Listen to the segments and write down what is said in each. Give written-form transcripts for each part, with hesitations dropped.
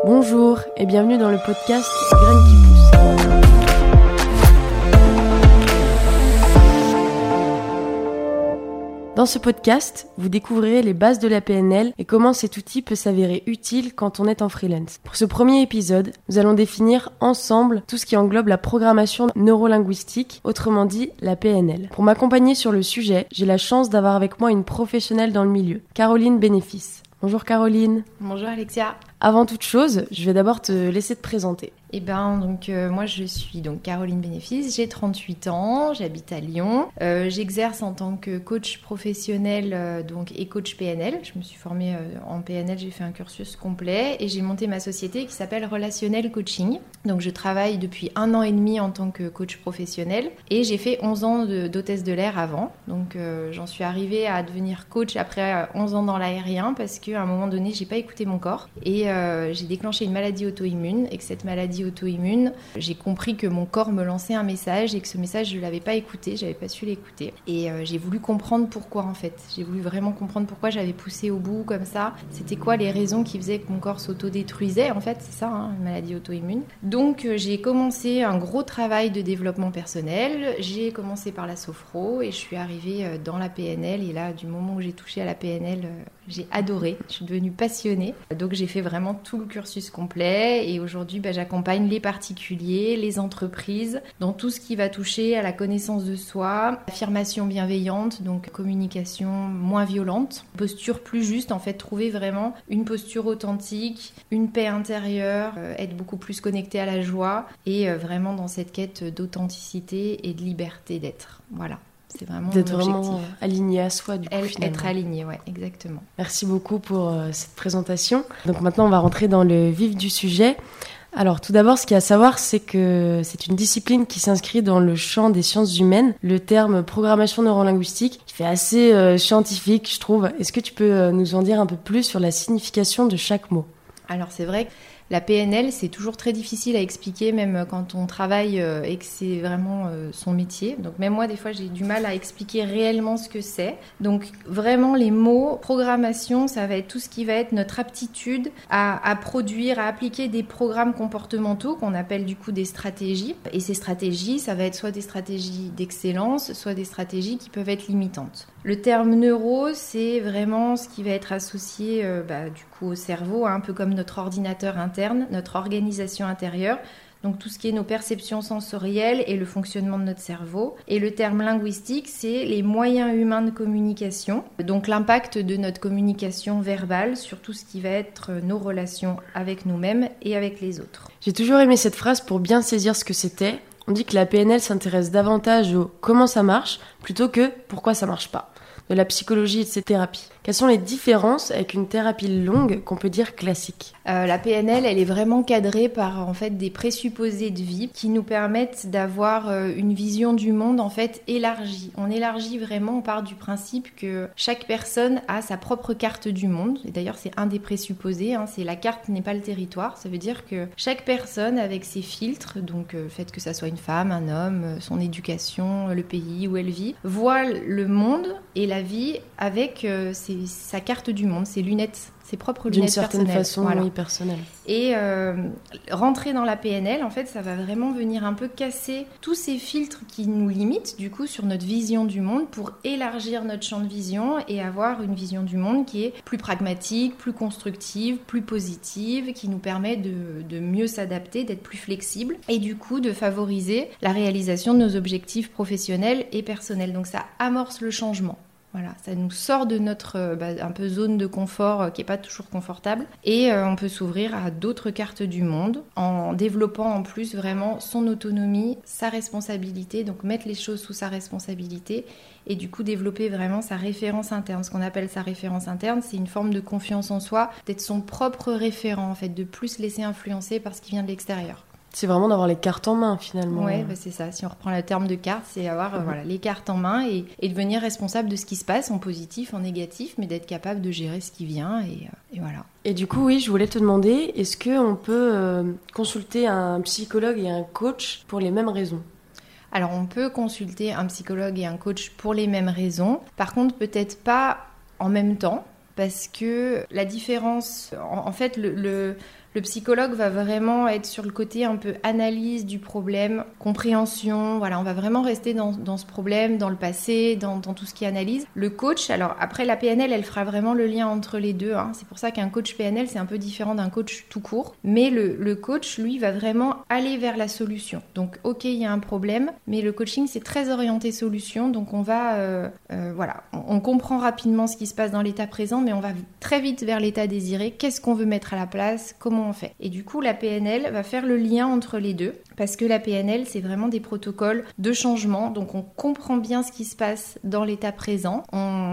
Bonjour et bienvenue dans le podcast Graines qui poussent. Dans ce podcast, vous découvrirez les bases de la PNL et comment cet outil peut s'avérer utile quand on est en freelance. Pour ce premier épisode, nous allons définir ensemble tout ce qui englobe la programmation neurolinguistique, autrement dit la PNL. Pour m'accompagner sur le sujet, j'ai la chance d'avoir avec moi une professionnelle dans le milieu, Caroline Bénéfice. Bonjour Caroline. Bonjour Alexia. Avant toute chose, je vais d'abord te laisser te présenter. Moi je suis Caroline Bénéfice, j'ai 38 ans, j'habite à Lyon. J'exerce en tant que coach professionnel et coach PNL. Je me suis formée en PNL, j'ai fait un cursus complet et j'ai monté ma société qui s'appelle Relationnel Coaching. Donc je travaille depuis 1 an et demi en tant que coach professionnel et j'ai fait 11 ans d'hôtesse de l'air avant. Donc j'en suis arrivée à devenir coach après 11 ans dans l'aérien parce qu'à un moment donné j'ai pas écouté mon corps et j'ai déclenché une maladie auto-immune et que cette maladie auto-immune, j'ai compris que mon corps me lançait un message et que ce message je l'avais pas écouté, j'avais pas su l'écouter et j'ai voulu comprendre pourquoi en fait. J'ai voulu vraiment comprendre pourquoi j'avais poussé au bout comme ça. C'était quoi les raisons qui faisaient que mon corps s'autodétruisait en fait, c'est ça, une maladie auto-immune. Donc j'ai commencé un gros travail de développement personnel. J'ai commencé par la sophro et je suis arrivée dans la PNL et là du moment où j'ai touché à la PNL, j'ai adoré, je suis devenue passionnée. Donc j'ai fait vraiment tout le cursus complet et aujourd'hui j'accompagne les particuliers, les entreprises dans tout ce qui va toucher à la connaissance de soi, affirmation bienveillante, donc communication moins violente, posture plus juste, en fait trouver vraiment une posture authentique, une paix intérieure, être beaucoup plus connecté à la joie et vraiment dans cette quête d'authenticité et de liberté d'être. Voilà. C'est vraiment d'être mon objectif. Vraiment aligné à soi, du coup, finalement. Être aligné, ouais, exactement. Merci beaucoup pour cette présentation. Donc maintenant, on va rentrer dans le vif du sujet. Alors, tout d'abord, ce qu'il y a à savoir, c'est que c'est une discipline qui s'inscrit dans le champ des sciences humaines. Le terme programmation neurolinguistique, qui fait assez scientifique, je trouve. Est-ce que tu peux nous en dire un peu plus sur la signification de chaque mot ? Alors, c'est vrai que la PNL, c'est toujours très difficile à expliquer, même quand on travaille et que c'est vraiment son métier. Donc même moi, des fois, j'ai du mal à expliquer réellement ce que c'est. Donc vraiment, les mots, programmation, ça va être tout ce qui va être notre aptitude à produire, à appliquer des programmes comportementaux qu'on appelle du coup des stratégies. Et ces stratégies, ça va être soit des stratégies d'excellence, soit des stratégies qui peuvent être limitantes. Le terme neuro, c'est vraiment ce qui va être associé du coup au cerveau, un peu comme notre ordinateur interne, notre organisation intérieure, donc tout ce qui est nos perceptions sensorielles et le fonctionnement de notre cerveau. Et le terme linguistique, c'est les moyens humains de communication, donc l'impact de notre communication verbale sur tout ce qui va être nos relations avec nous-mêmes et avec les autres. J'ai toujours aimé cette phrase pour bien saisir ce que c'était. On dit que la PNL s'intéresse davantage au comment ça marche plutôt que pourquoi ça marche pas, de la psychologie et de ses thérapies. Quelles sont les différences avec une thérapie longue qu'on peut dire classique ? La PNL, elle est vraiment cadrée par en fait des présupposés de vie qui nous permettent d'avoir une vision du monde en fait élargie. On élargit vraiment, on part du principe que chaque personne a sa propre carte du monde. Et d'ailleurs, c'est un des présupposés, c'est la carte n'est pas le territoire. Ça veut dire que chaque personne avec ses filtres, donc le fait que ça soit une femme, un homme, son éducation, le pays où elle vit, voit le monde et la vie avec sa carte du monde, ses lunettes, ses propres lunettes personnelles. D'une certaine façon, voilà. Oui, personnelle. Et rentrer dans la PNL, en fait, ça va vraiment venir un peu casser tous ces filtres qui nous limitent, du coup, sur notre vision du monde pour élargir notre champ de vision et avoir une vision du monde qui est plus pragmatique, plus constructive, plus positive, qui nous permet de mieux s'adapter, d'être plus flexible et du coup de favoriser la réalisation de nos objectifs professionnels et personnels. Donc ça amorce le changement. Voilà, ça nous sort de notre un peu zone de confort qui n'est pas toujours confortable et on peut s'ouvrir à d'autres cartes du monde en développant en plus vraiment son autonomie, sa responsabilité, donc mettre les choses sous sa responsabilité et du coup développer vraiment sa référence interne. Ce qu'on appelle sa référence interne, c'est une forme de confiance en soi, d'être son propre référent en fait, de plus se laisser influencer par ce qui vient de l'extérieur. C'est vraiment d'avoir les cartes en main finalement. Oui, c'est ça. Si on reprend le terme de carte, c'est avoir les cartes en main et devenir responsable de ce qui se passe en positif, en négatif, mais d'être capable de gérer ce qui vient et voilà. Et du coup, oui, je voulais te demander, est-ce qu'on peut consulter un psychologue et un coach pour les mêmes raisons ? Alors, on peut consulter un psychologue et un coach pour les mêmes raisons. Par contre, peut-être pas en même temps, parce que la différence, en fait, Le psychologue va vraiment être sur le côté un peu analyse du problème, compréhension, voilà, on va vraiment rester dans ce problème, dans le passé, dans tout ce qui est analyse. Le coach, alors après la PNL, elle fera vraiment le lien entre les deux, hein. C'est pour ça qu'un coach PNL, c'est un peu différent d'un coach tout court, mais le coach, lui, va vraiment aller vers la solution. Donc, ok, il y a un problème, mais le coaching, c'est très orienté solution, donc on va, voilà, on comprend rapidement ce qui se passe dans l'état présent, mais on va très vite vers l'état désiré. Qu'est-ce qu'on veut mettre à la place? Comment on fait? Et du coup, la PNL va faire le lien entre les deux, parce que la PNL, c'est vraiment des protocoles de changement, donc on comprend bien ce qui se passe dans l'état présent,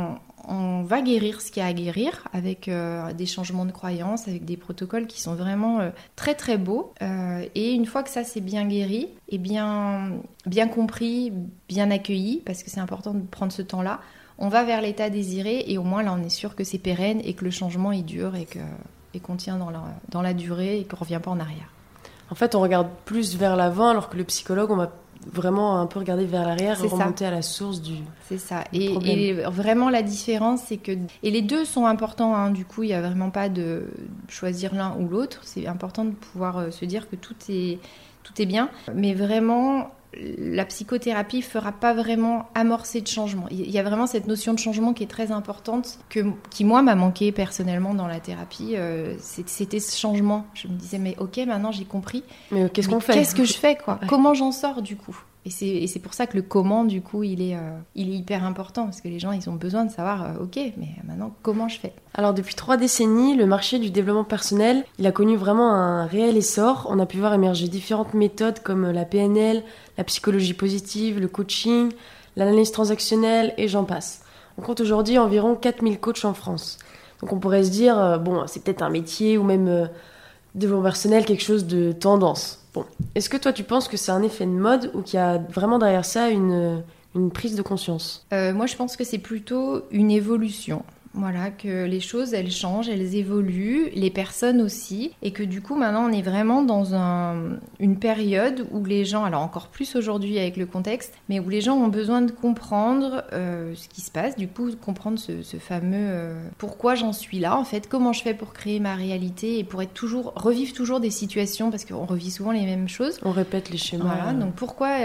on va guérir ce qu'il y a à guérir avec des changements de croyances, avec des protocoles qui sont vraiment très très beaux. Et une fois que ça c'est bien guéri et bien compris, bien accueilli, parce que c'est important de prendre ce temps-là, on va vers l'état désiré et au moins là on est sûr que c'est pérenne et que le changement il dure et qu'on tient dans la durée et qu'on ne revient pas en arrière. En fait, on regarde plus vers l'avant alors que le psychologue, on va vraiment un peu regarder vers l'arrière et remonter à la source du C'est ça. problème. Et vraiment la différence, c'est que... Et les deux sont importants, hein. Du coup, il n'y a vraiment pas de choisir l'un ou l'autre. C'est important de pouvoir se dire que tout est bien. Mais vraiment, la psychothérapie ne fera pas vraiment amorcer de changement. Il y a vraiment cette notion de changement qui est très importante, qui moi m'a manqué personnellement dans la thérapie. C'était ce changement. Je me disais, mais ok, maintenant j'ai compris. Mais qu'est-ce qu'on fait? Qu'est-ce que je fais, quoi? Ouais. Comment j'en sors du coup? Et c'est pour ça que le comment, du coup, il est hyper important. Parce que les gens, ils ont besoin de savoir, ok, mais maintenant, comment je fais? Alors depuis 3 décennies, le marché du développement personnel, il a connu vraiment un réel essor. On a pu voir émerger différentes méthodes comme la PNL, la psychologie positive, le coaching, l'analyse transactionnelle et j'en passe. On compte aujourd'hui environ 4000 coachs en France. Donc on pourrait se dire, bon, c'est peut-être un métier ou même développement personnel, quelque chose de tendance. Bon, est-ce que toi tu penses que c'est un effet de mode ou qu'il y a vraiment derrière ça une prise de conscience? Moi, je pense que c'est plutôt une évolution. Voilà, que les choses, elles changent, elles évoluent, les personnes aussi, et que du coup, maintenant, on est vraiment dans une période où les gens, alors encore plus aujourd'hui avec le contexte, mais où les gens ont besoin de comprendre ce qui se passe, du coup, comprendre ce fameux pourquoi j'en suis là, en fait, comment je fais pour créer ma réalité et pour revivre toujours des situations, parce qu'on revit souvent les mêmes choses. On répète les schémas. Voilà, donc pourquoi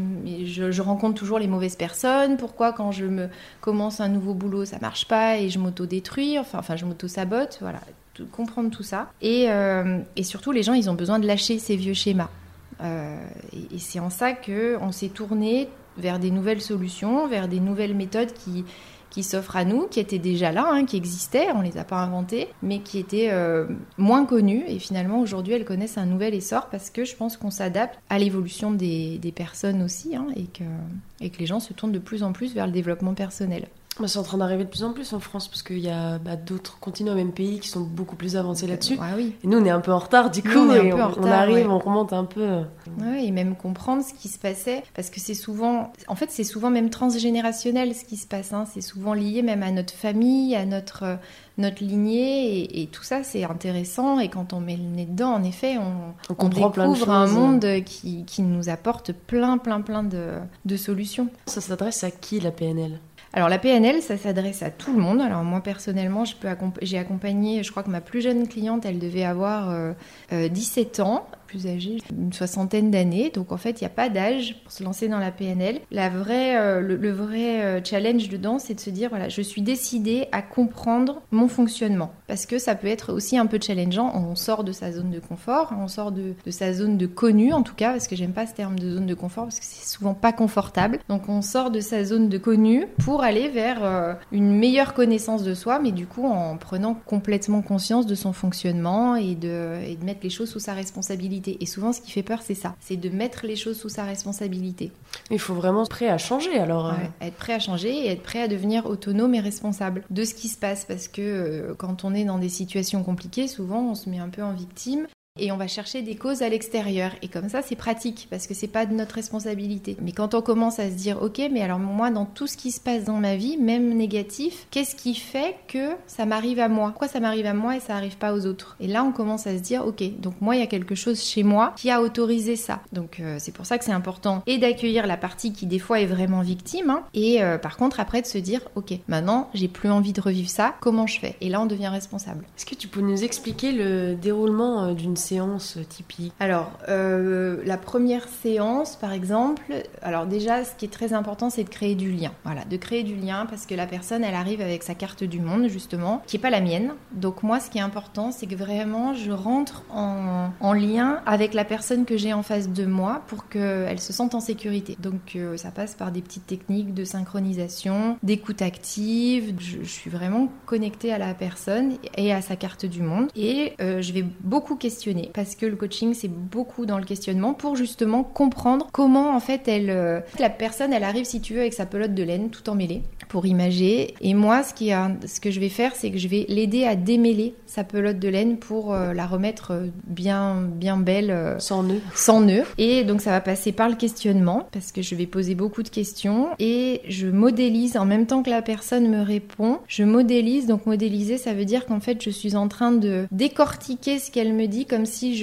je rencontre toujours les mauvaises personnes, pourquoi quand je commence un nouveau boulot, ça marche pas et je m'auto-détruis, enfin je m'auto-sabote, voilà, comprendre tout ça. Et surtout, les gens, ils ont besoin de lâcher ces vieux schémas. Et c'est en ça qu'on s'est tourné vers des nouvelles solutions, vers des nouvelles méthodes qui s'offrent à nous, qui étaient déjà là, hein, qui existaient, on les a pas inventées, mais qui étaient moins connues. Et finalement, aujourd'hui, elles connaissent un nouvel essor parce que je pense qu'on s'adapte à l'évolution des personnes aussi, hein, et que les gens se tournent de plus en plus vers le développement personnel. C'est en train d'arriver de plus en plus en France parce qu'il y a d'autres continents, même pays, qui sont beaucoup plus avancés là-dessus. Ah oui. Et nous, on est un peu en retard, du coup, Nous, on est un et peu en on retard, arrive, ouais. on remonte un peu. Ouais, et même comprendre ce qui se passait, parce que c'est souvent même transgénérationnel ce qui se passe, hein. C'est souvent lié même à notre famille, à notre lignée, et tout ça, c'est intéressant. Et quand on met le nez dedans, en effet, on comprend plein de découvre un choses. monde qui nous apporte plein de solutions. Ça s'adresse à qui, la PNL ? Alors la PNL, ça s'adresse à tout le monde. Alors moi personnellement, j'ai accompagné, je crois que ma plus jeune cliente, elle devait avoir 17 ans, plus âgée, une 60aine d'années. Donc en fait, il n'y a pas d'âge pour se lancer dans la PNL. Le vrai challenge dedans, c'est de se dire, voilà, je suis décidée à comprendre mon fonctionnement. Parce que ça peut être aussi un peu challengeant. On sort de sa zone de confort, on sort de sa zone de connu, en tout cas, parce que j'aime pas ce terme de zone de confort, parce que c'est souvent pas confortable. Donc on sort de sa zone de connu pour aller vers une meilleure connaissance de soi, mais du coup en prenant complètement conscience de son fonctionnement et de mettre les choses sous sa responsabilité. Et souvent, ce qui fait peur, c'est ça, c'est de mettre les choses sous sa responsabilité. Il faut vraiment être prêt à changer, alors. Ouais, être prêt à changer et être prêt à devenir autonome et responsable de ce qui se passe, parce que quand on est dans des situations compliquées, souvent on se met un peu en victime. Et on va chercher des causes à l'extérieur. Et comme ça, c'est pratique parce que c'est pas de notre responsabilité. Mais quand on commence à se dire, ok, mais alors moi, dans tout ce qui se passe dans ma vie, même négatif, qu'est-ce qui fait que ça m'arrive à moi ? Pourquoi ça m'arrive à moi et ça arrive pas aux autres ? Et là, on commence à se dire, ok, donc moi, il y a quelque chose chez moi qui a autorisé ça. Donc c'est pour ça que c'est important et d'accueillir la partie qui des fois est vraiment victime, hein, et par contre après de se dire, ok, maintenant, j'ai plus envie de revivre ça. Comment je fais ? Et là, on devient responsable. Est-ce que tu peux nous expliquer le déroulement d'une séance typique ? Alors, la première séance, par exemple, alors déjà, ce qui est très important, c'est de créer du lien. Voilà, de créer du lien parce que la personne, elle arrive avec sa carte du monde, justement, qui n'est pas la mienne. Donc moi, ce qui est important, c'est que vraiment, je rentre en lien avec la personne que j'ai en face de moi pour qu'elle se sente en sécurité. Donc, ça passe par des petites techniques de synchronisation, d'écoute active. Je suis vraiment connectée à la personne et à sa carte du monde. Et je vais beaucoup questionner parce que le coaching, c'est beaucoup dans le questionnement pour justement comprendre comment, en fait, la personne, elle arrive, si tu veux, avec sa pelote de laine tout emmêlée pour imager. Et moi, ce que je vais faire, c'est que je vais l'aider à démêler sa pelote de laine pour la remettre bien belle. Sans nœud. Sans nœud. Et donc, ça va passer par le questionnement parce que je vais poser beaucoup de questions et je modélise en même temps que la personne me répond. Je modélise. Donc, modéliser, ça veut dire qu'en fait, je suis en train de décortiquer ce qu'elle me dit comme si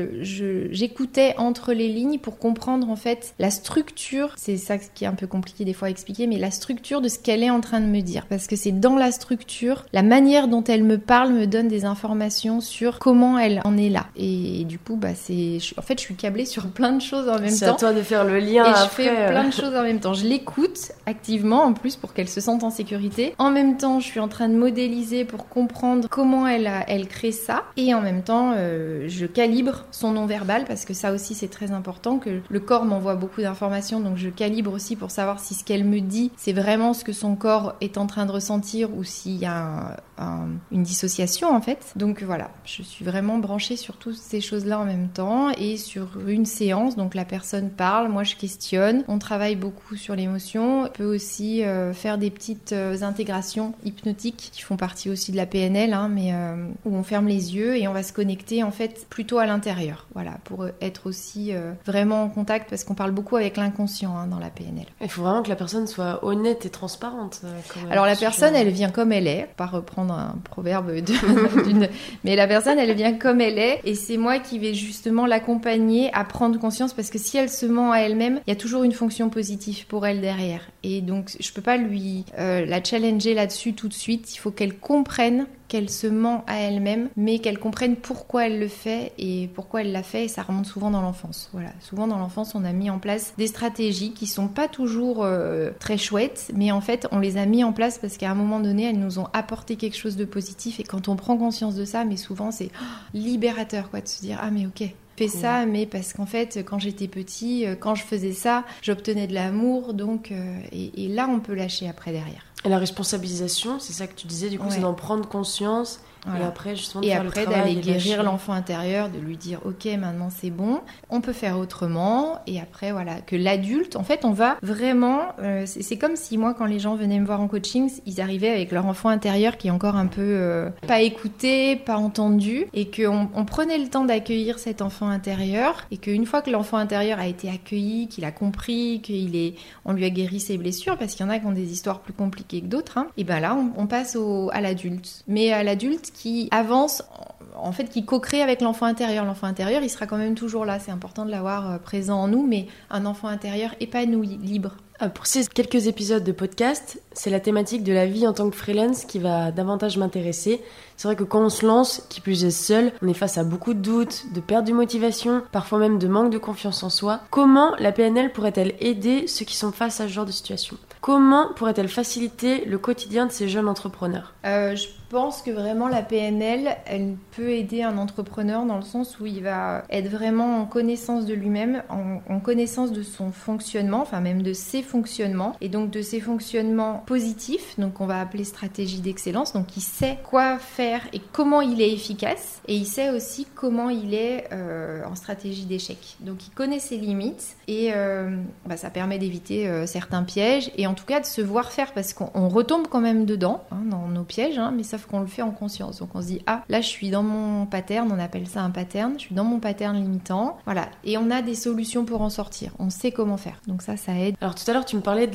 j'écoutais entre les lignes pour comprendre en fait la structure. C'est ça qui est un peu compliqué des fois à expliquer, mais la structure de ce qu'elle est en train de me dire. Parce que c'est dans la structure, la manière dont elle me parle me donne des informations sur comment elle en est là. Et du coup, je suis câblée sur plein de choses en même temps. C'est à toi de faire le lien et après. Je fais plein de choses en même temps. Je l'écoute activement en plus pour qu'elle se sente en sécurité. En même temps, je suis en train de modéliser pour comprendre comment elle crée ça. Et en même temps, je calibre son non-verbal parce que ça aussi c'est très important, que le corps m'envoie beaucoup d'informations, donc je calibre aussi pour savoir si ce qu'elle me dit c'est vraiment ce que son corps est en train de ressentir ou s'il y a une dissociation en fait. Donc voilà, je suis vraiment branchée sur toutes ces choses-là en même temps et sur une séance, donc la personne parle, moi je questionne, on travaille beaucoup sur l'émotion, on peut aussi faire des petites intégrations hypnotiques qui font partie aussi de la PNL, hein, mais où on ferme les yeux et on va se connecter en fait plutôt à l'intérieur, voilà, pour être aussi vraiment en contact parce qu'on parle beaucoup avec l'inconscient, hein, dans la PNL. Il faut vraiment que la personne soit honnête et transparente. Alors la personne, elle vient comme elle est, pas reprendre un proverbe mais la personne, elle vient comme elle est et c'est moi qui vais justement l'accompagner à prendre conscience parce que si elle se ment à elle-même, il y a toujours une fonction positive pour elle derrière et donc je peux pas la challenger là-dessus tout de suite, il faut qu'elle comprenne qu'elle se ment à elle-même, mais qu'elle comprenne pourquoi elle le fait et pourquoi elle l'a fait, et ça remonte souvent dans l'enfance. Voilà, souvent dans l'enfance, on a mis en place des stratégies qui sont pas toujours très chouettes, mais en fait, on les a mis en place parce qu'à un moment donné, elles nous ont apporté quelque chose de positif, et quand on prend conscience de ça, mais souvent c'est libérateur, quoi, de se dire « Ah mais ok ». Fais ça, mais parce qu'en fait, quand j'étais petit, quand je faisais ça, j'obtenais de l'amour, donc et là, on peut lâcher après derrière. Et la responsabilisation, c'est ça que tu disais, du coup, c'est d'en prendre conscience. Voilà. Et après, justement, de faire le travail d'aller guérir l'enfant intérieur, de lui dire ok, maintenant c'est bon, on peut faire autrement. Et après, voilà, que l'adulte, en fait, on va vraiment. C'est comme si moi, quand les gens venaient me voir en coaching, ils arrivaient avec leur enfant intérieur qui est encore un peu pas écouté, pas entendu, et qu'on prenait le temps d'accueillir cet enfant intérieur, et qu'une fois que l'enfant intérieur a été accueilli, qu'il a compris, on lui a guéri ses blessures, parce qu'il y en a qui ont des histoires plus compliquées que d'autres, hein, et ben là, on passe à l'adulte. Mais à l'adulte qui avance, en fait, qui co-crée avec l'enfant intérieur. L'enfant intérieur, il sera quand même toujours là. C'est important de l'avoir présent en nous, mais un enfant intérieur épanoui, libre. Pour ces quelques épisodes de podcast, c'est la thématique de la vie en tant que freelance qui va davantage m'intéresser. C'est vrai que quand on se lance, qui plus est seul, on est face à beaucoup de doutes, de perte de motivation, parfois même de manque de confiance en soi. Comment la PNL pourrait-elle aider ceux qui sont face à ce genre de situation ? Comment pourrait-elle faciliter le quotidien de ces jeunes entrepreneurs ? Je pense que vraiment la PNL, elle peut aider un entrepreneur dans le sens où il va être vraiment en connaissance de lui-même, en connaissance de son fonctionnement, enfin même de ses fonctionnements, et donc de ses fonctionnements positifs, donc on va appeler stratégie d'excellence. Donc il sait quoi faire et comment il est efficace, et il sait aussi comment il est en stratégie d'échec. Donc il connaît ses limites, et ça permet d'éviter certains pièges, et en tout cas de se voir faire, parce qu'on retombe quand même dedans, hein, dans nos pièges, hein, mais ça sauf qu'on le fait en conscience. Donc on se dit, ah, là je suis dans mon pattern, on appelle ça un pattern, je suis dans mon pattern limitant, voilà. Et on a des solutions pour en sortir, on sait comment faire. Donc ça aide. Alors tout à l'heure tu me parlais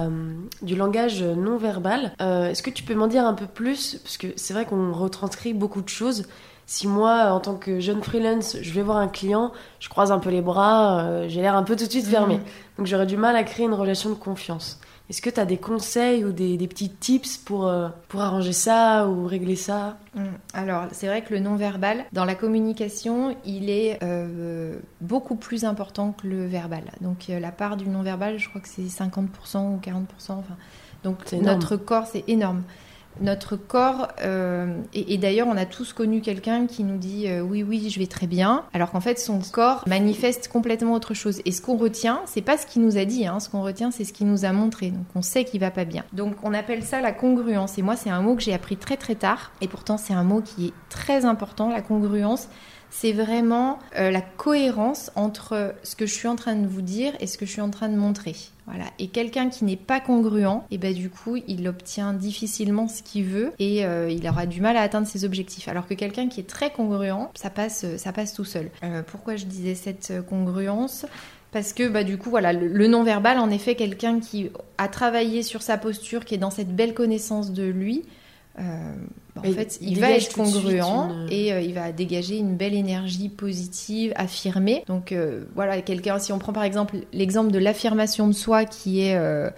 du langage non verbal. Est-ce que tu peux m'en dire un peu plus? Parce que c'est vrai qu'on retranscrit beaucoup de choses. Si moi, en tant que jeune freelance, je vais voir un client, je croise un peu les bras, j'ai l'air un peu tout de suite fermée. Donc j'aurais du mal à créer une relation de confiance. Est-ce que tu as des conseils ou des petits tips pour arranger ça ou régler ça? Alors, c'est vrai que le non-verbal, dans la communication, il est beaucoup plus important que le verbal. Donc, la part du non-verbal, je crois que c'est 50% ou 40%. Enfin, donc, notre corps, c'est énorme. Notre corps, et d'ailleurs on a tous connu quelqu'un qui nous dit oui je vais très bien, alors qu'en fait son corps manifeste complètement autre chose. Et ce qu'on retient, c'est pas ce qu'il nous a dit, ce qu'on retient c'est ce qu'il nous a montré, donc on sait qu'il va pas bien. Donc on appelle ça la congruence, et moi c'est un mot que j'ai appris très très tard, et pourtant c'est un mot qui est très important. La congruence, c'est vraiment la cohérence entre ce que je suis en train de vous dire et ce que je suis en train de montrer. Voilà. Et quelqu'un qui n'est pas congruent, et ben du coup, il obtient difficilement ce qu'il veut et il aura du mal à atteindre ses objectifs. Alors que quelqu'un qui est très congruent, ça passe tout seul. Pourquoi je disais cette congruence ? Parce que du coup, voilà, le non-verbal, en effet, quelqu'un qui a travaillé sur sa posture, qui est dans cette belle connaissance de lui, en fait, il va être congruent et il va dégager une belle énergie positive, affirmée. Donc voilà, quelqu'un, si on prend par exemple l'exemple de l'affirmation de soi qui est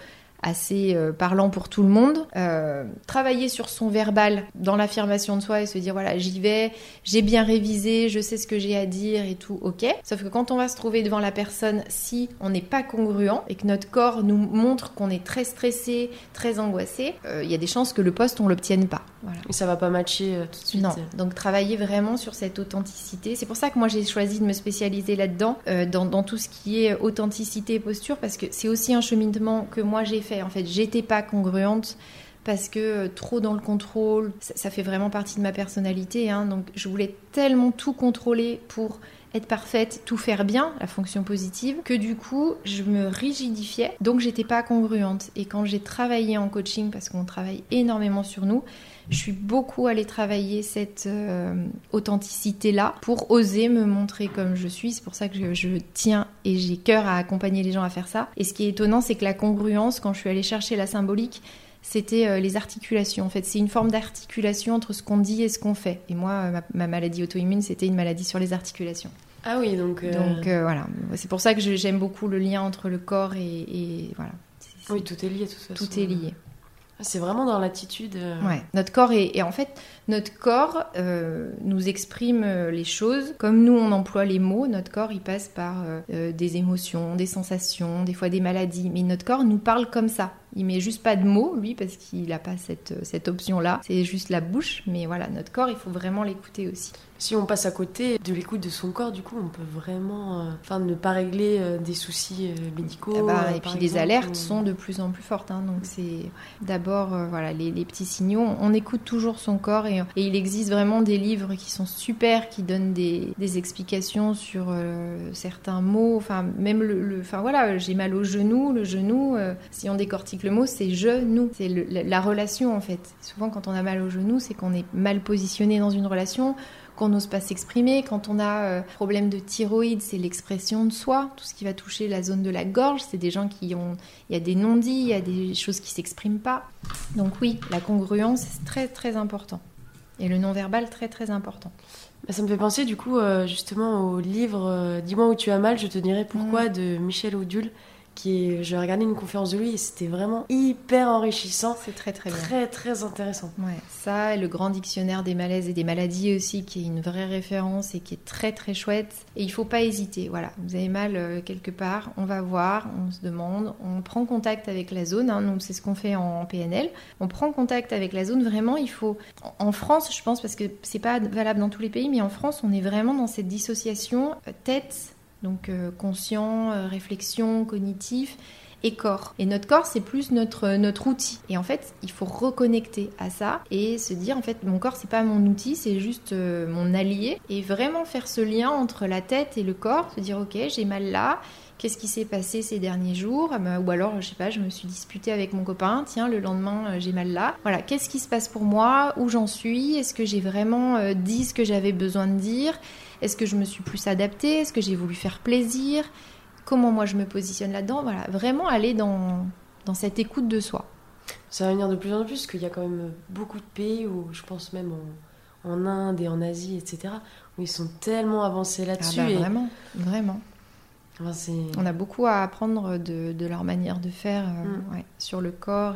assez parlant pour tout le monde, travailler sur son verbal dans l'affirmation de soi et se dire voilà, j'y vais, j'ai bien révisé, je sais ce que j'ai à dire et tout, ok. Sauf que quand on va se trouver devant la personne, si on n'est pas congruent et que notre corps nous montre qu'on est très stressé, très angoissé, il y a des chances que le poste on l'obtienne pas. Voilà. Et ça va pas matcher tout de suite. Non, donc travailler vraiment sur cette authenticité. C'est pour ça que moi j'ai choisi de me spécialiser là-dedans, dans tout ce qui est authenticité et posture, parce que c'est aussi un cheminement que moi j'ai fait. En fait, j'étais pas congruente parce que trop dans le contrôle, ça fait vraiment partie de ma personnalité, donc je voulais tellement tout contrôler pour être parfaite, tout faire bien, la fonction positive, que du coup, je me rigidifiais, donc j'étais pas congruente. Et quand j'ai travaillé en coaching, parce qu'on travaille énormément sur nous, je suis beaucoup allée travailler cette authenticité-là pour oser me montrer comme je suis. C'est pour ça que je tiens et j'ai cœur à accompagner les gens à faire ça. Et ce qui est étonnant, c'est que la congruence, quand je suis allée chercher la symbolique, c'était les articulations. En fait, c'est une forme d'articulation entre ce qu'on dit et ce qu'on fait. Et moi, ma maladie auto-immune, c'était une maladie sur les articulations. Ah oui, donc voilà. C'est pour ça que j'aime beaucoup le lien entre le corps et voilà. Oui, tout est lié de toute façon. Tout est lié. C'est vraiment dans l'attitude. Ouais, notre corps et en fait, notre corps nous exprime les choses comme nous on emploie les mots. Notre corps il passe par des émotions, des sensations, des fois des maladies, mais notre corps nous parle comme ça. Il met juste pas de mots, lui, parce qu'il n'a pas cette option-là. C'est juste la bouche, mais voilà, notre corps, il faut vraiment l'écouter aussi. Si on passe à côté de l'écoute de son corps, du coup, on peut vraiment ne pas régler des soucis médicaux. Et puis les alertes sont de plus en plus fortes. Donc c'est d'abord voilà, les petits signaux. On écoute toujours son corps et il existe vraiment des livres qui sont super, qui donnent des explications sur certains mots. Enfin, même enfin voilà, j'ai mal au genou. Le genou, si on décortique le mot, c'est genou. C'est la relation en fait. Souvent, quand on a mal au genou, c'est qu'on est mal positionné dans une relation, qu'on n'ose pas s'exprimer. Quand on a problème de thyroïde, c'est l'expression de soi. Tout ce qui va toucher la zone de la gorge, c'est des gens qui ont... Il y a des non-dits, il y a des choses qui ne s'expriment pas. Donc oui, la congruence, c'est très très important. Et le non-verbal, très très important. Ça me fait penser du coup justement au livre Dis-moi où tu as mal, je te dirai pourquoi de Michel Oudul. J'ai regardé une conférence de lui et c'était vraiment hyper enrichissant. C'est très très bien. Très très intéressant. Ouais, ça et le grand dictionnaire des malaises et des maladies aussi qui est une vraie référence et qui est très très chouette. Et il faut pas hésiter, voilà. Vous avez mal quelque part, on va voir, on se demande, on prend contact avec la zone. Nous, c'est ce qu'on fait en PNL. On prend contact avec la zone, vraiment il faut... En France, je pense, parce que c'est pas valable dans tous les pays, mais en France, on est vraiment dans cette dissociation tête... Donc conscient, réflexion, cognitif, et corps. Et notre corps, c'est plus notre outil. Et en fait, il faut reconnecter à ça et se dire, en fait, mon corps, c'est pas mon outil, c'est juste mon allié. Et vraiment faire ce lien entre la tête et le corps, se dire, ok, j'ai mal là. Qu'est-ce qui s'est passé ces derniers jours? Ou alors, je sais pas, je me suis disputée avec mon copain. Tiens, le lendemain, j'ai mal là. Voilà, qu'est-ce qui se passe pour moi? Où j'en suis? Est-ce que j'ai vraiment dit ce que j'avais besoin de dire? Est-ce que je me suis plus adaptée? Est-ce que j'ai voulu faire plaisir? Comment moi je me positionne là-dedans? Voilà, vraiment aller dans cette écoute de soi. Ça va venir de plus en plus, parce qu'il y a quand même beaucoup de pays où, je pense même en Inde et en Asie, etc., où ils sont tellement avancés là-dessus. Ah bah, vraiment, vraiment. Enfin, on a beaucoup à apprendre de leur manière de faire sur le corps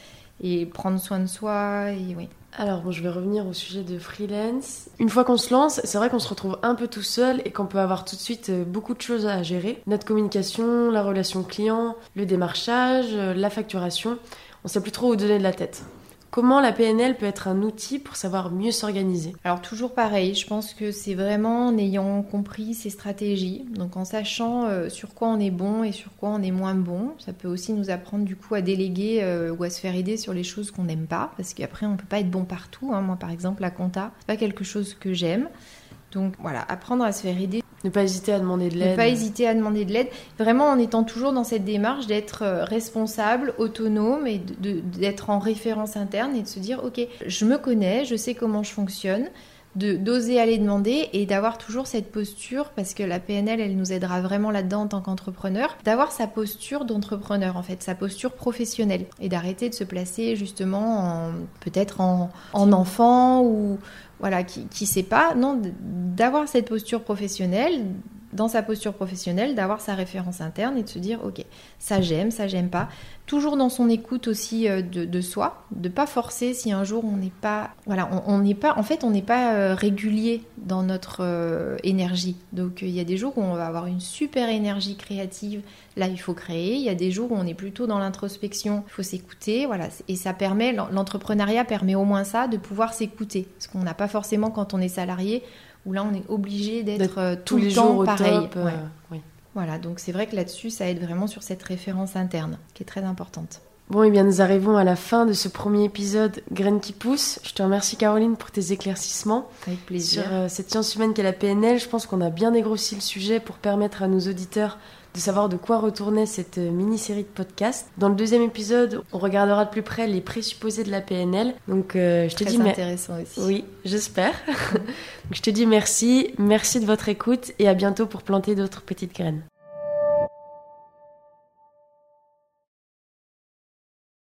et prendre soin de soi. Et, oui. Alors, bon, je vais revenir au sujet de freelance. Une fois qu'on se lance, c'est vrai qu'on se retrouve un peu tout seul et qu'on peut avoir tout de suite beaucoup de choses à gérer. Notre communication, la relation client, le démarchage, la facturation. On ne sait plus trop où donner de la tête. Comment la PNL peut être un outil pour savoir mieux s'organiser? Alors toujours pareil, je pense que c'est vraiment en ayant compris ces stratégies, donc en sachant sur quoi on est bon et sur quoi on est moins bon. Ça peut aussi nous apprendre du coup à déléguer ou à se faire aider sur les choses qu'on n'aime pas, parce qu'après on peut pas être bon partout. Moi par exemple la compta, c'est pas quelque chose que j'aime. Donc voilà, apprendre à se faire aider. Ne pas hésiter à demander de l'aide. Ne pas hésiter à demander de l'aide. Vraiment en étant toujours dans cette démarche d'être responsable, autonome et d'être en référence interne et de se dire ok, je me connais, je sais comment je fonctionne, d'oser aller demander et d'avoir toujours cette posture, parce que la PNL elle nous aidera vraiment là-dedans en tant qu'entrepreneur, d'avoir sa posture d'entrepreneur en fait, sa posture professionnelle et d'arrêter de se placer justement peut-être en enfant ou voilà, qui sait pas, non, d'avoir cette posture professionnelle, dans sa posture professionnelle, d'avoir sa référence interne et de se dire, ok, ça j'aime pas. Toujours dans son écoute aussi de soi, de pas forcer si un jour on n'est pas, voilà, on n'est pas régulier dans notre énergie. Donc il y a des jours où on va avoir une super énergie créative, là il faut créer. Il y a des jours où on est plutôt dans l'introspection, il faut s'écouter, voilà. Et ça permet, l'entrepreneuriat permet au moins ça, de pouvoir s'écouter, ce qu'on n'a pas forcément quand on est salarié, où là on est obligé d'être tout le temps pareil. Oui. Voilà, donc c'est vrai que là-dessus, ça aide vraiment sur cette référence interne, qui est très importante. Bon, et bien nous arrivons à la fin de ce premier épisode Graines qui poussent. Je te remercie Caroline pour tes éclaircissements. Avec plaisir. Sur cette science humaine qu'est la PNL, je pense qu'on a bien dégrossi le sujet pour permettre à nos auditeurs de savoir de quoi retourner cette mini-série de podcasts. Dans le deuxième épisode, on regardera de plus près les présupposés de la PNL. Donc je te dis très intéressant aussi. Oui, j'espère. Donc, je te dis merci de votre écoute et à bientôt pour planter d'autres petites graines.